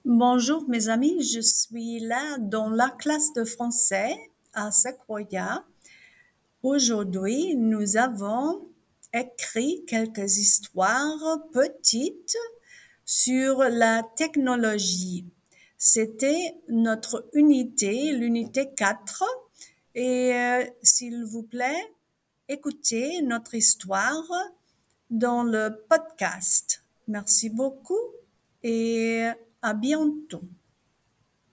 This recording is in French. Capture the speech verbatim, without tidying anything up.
Bonjour mes amis, je suis là dans la classe de français à Sequoia. Aujourd'hui, nous avons écrit quelques histoires petites sur la technologie. C'était notre unité, l'unité quatre. Et euh, s'il vous plaît, écoutez notre histoire dans le podcast. Merci beaucoup et à bientôt.